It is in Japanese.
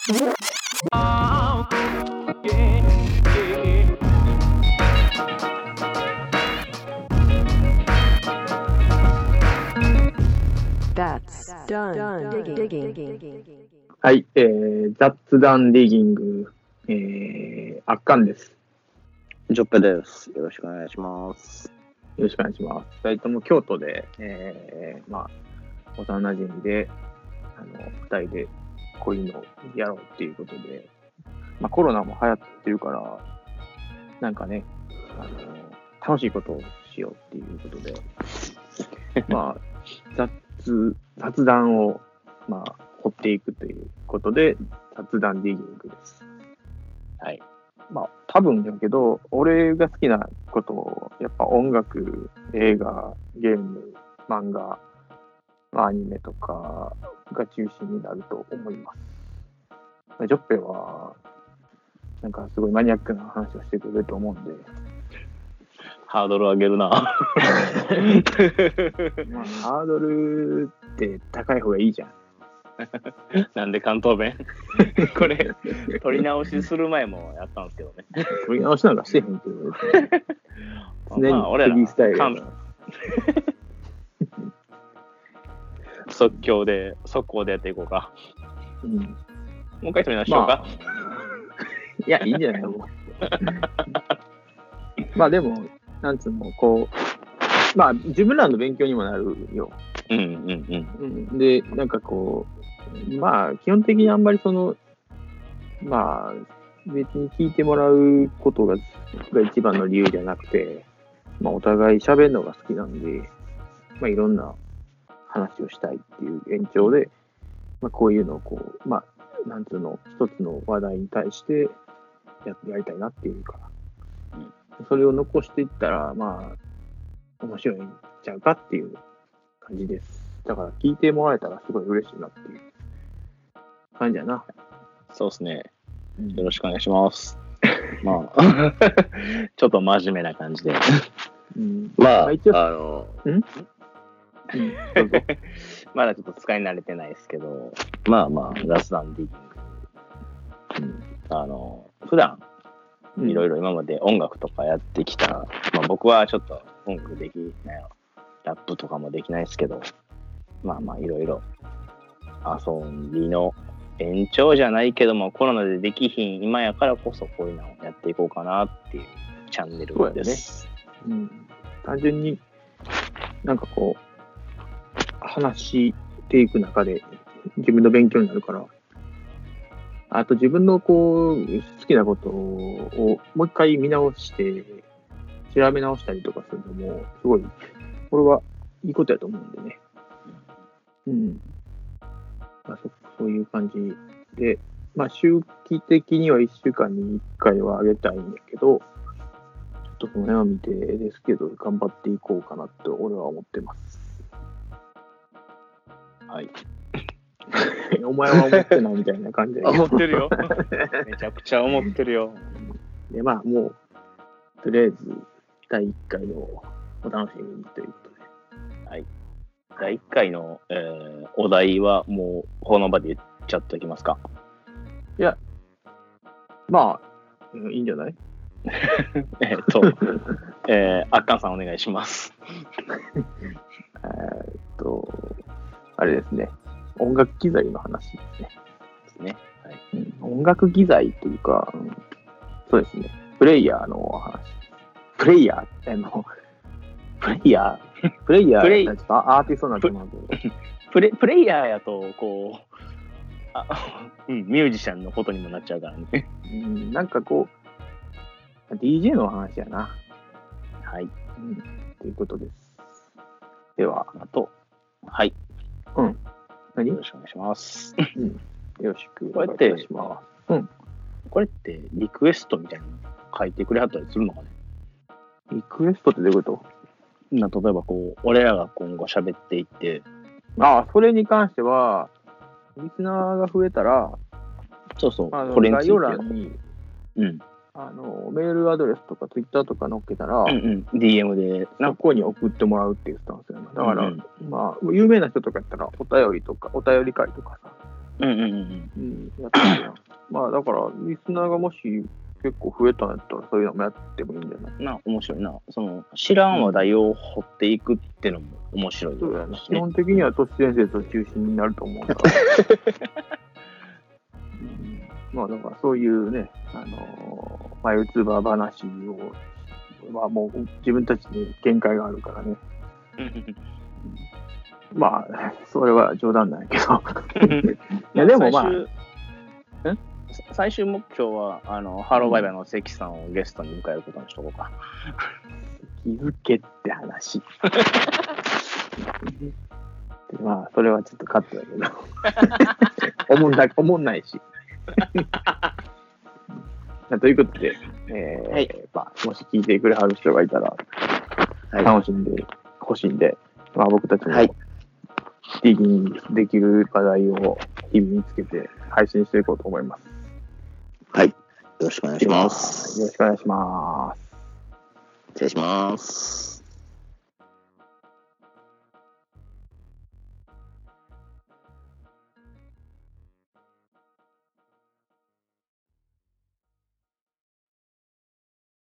はい、雑談ディギング、あっかんです。 ジョッペです。よろしくお願いします。 よろしくお願いします。2人とも京都で、幼馴染で、2人でこういうのをやろうっていうことで、コロナも流行ってるから、なんかね、楽しいことをしようっていうことで、雑談を、掘っていくということで、雑談ディギングです。 はい。 多分だけど、俺が好きなことを、やっぱ音楽、映画、ゲーム、漫画、アニメとかが中心になると思います。ジョッペは、なんかすごいマニアックな話をしてくれると思うんで。 ハードル上げるな。 ハードルって高い方がいいじゃん。 なんで関東弁これ、取り直しする前もやったんですけどね。 取り直しなんかしてへんけど、常にフリースタイルやな。 速攻でやっていこうか。もう一回取り直しようか。 いや、いいんじゃないのでも、なんつうの、こう、自分らの勉強にもなるよ。で、なんかこう、基本的にあんまり別に聞いてもらうことが一番の理由じゃなくて、お互い喋るのが好きなんで、いろんな話をしたいっていう延長で、こういうのをこう、なんつうの、一つの話題に対してやりたいなっていうか、それを残していったら、面白いんちゃうかっていう感じです。だから聞いてもらえたらすごい嬉しいなっていう感じやな。 そうですね。よろしくお願いします。ちょっと真面目な感じで。 一応まだちょっと使い慣れてないですけど、雑談ディギング。普段、いろいろ今まで音楽とかやってきた、僕はちょっと音楽できないよ。ラップとかもできないですけど、いろいろ遊びの延長じゃないけども、コロナでできひん今やからこそこういうのをやっていこうかなっていうチャンネルです。 単純になんかこう話していく中で自分の勉強になるから、あと自分のこう好きなことをもう一回見直して調べ直したりとかするのもすごいこれはいいことやと思うんでね。そういう感じで、周期的には1週間に1回はあげたいんだけど、ちょっとその辺は見てですけど、頑張っていこうかなと俺は思ってます。 はい。 お前は思ってないみたいな感じで。 思ってるよ。めちゃくちゃ思ってるよ。 で、もう、とりあえず、第1回をお楽しみにということで。 はい。第1回の、お題はもうこの場で言っちゃっておきますか。 いや、いいんじゃないあっかんさんお願いします。 あれですね。音楽機材の話ですね。 はい。 音楽機材というか、そうですね。プレイヤーの話。プレイヤーちょっとアーティストになってますけど。 プレイヤーやと、こう、ミュージシャンのことにもなっちゃうからね。 なんかこう、DJ の話やな。 はい。 ということです。では、 はい。 何？ よろしくお願いします。 よろしくお願いします。 これってリクエストみたいなの書いてくれはったりするのかね？ リクエストってどういうこと？ 例えばこう、俺らが今後喋っていって。 それに関しては、リスナーが増えたら、 これについて概要欄に、メールアドレスとかツイッターとか載っけたら、 DM でそこに送ってもらうっていうスタンスやな。だから、有名な人とかやったらお便り会とかさ、 うんうんうん。 やってるな。まあだから、リスナーがもし結構増えたんやったら、そういうのもやってもいいんじゃない？ 面白いな。知らん話題を掘っていくってのも面白い、 そうやな。基本的には都市伝説を中心になると思うから。まあだからそういうね、YouTuber 話を、まあもう自分たちに限界があるからね。まあ、それは冗談なんやけど。いやでもまあ、 最終目標は、ハローバイバイの関さんをゲストに迎えることにしとこうか。 気づけって話。まあ、それはちょっとカットだけど。おもんないし。ということで、 はい、 まあ、もし聞いてくれはる人がいたら、はい、楽しんでほしいんで、まあ、僕たちも、ディギングできる話題を日々見つけて配信していこうと思います。 はい。よろしくお願いします。 よろしくお願いします。 失礼します。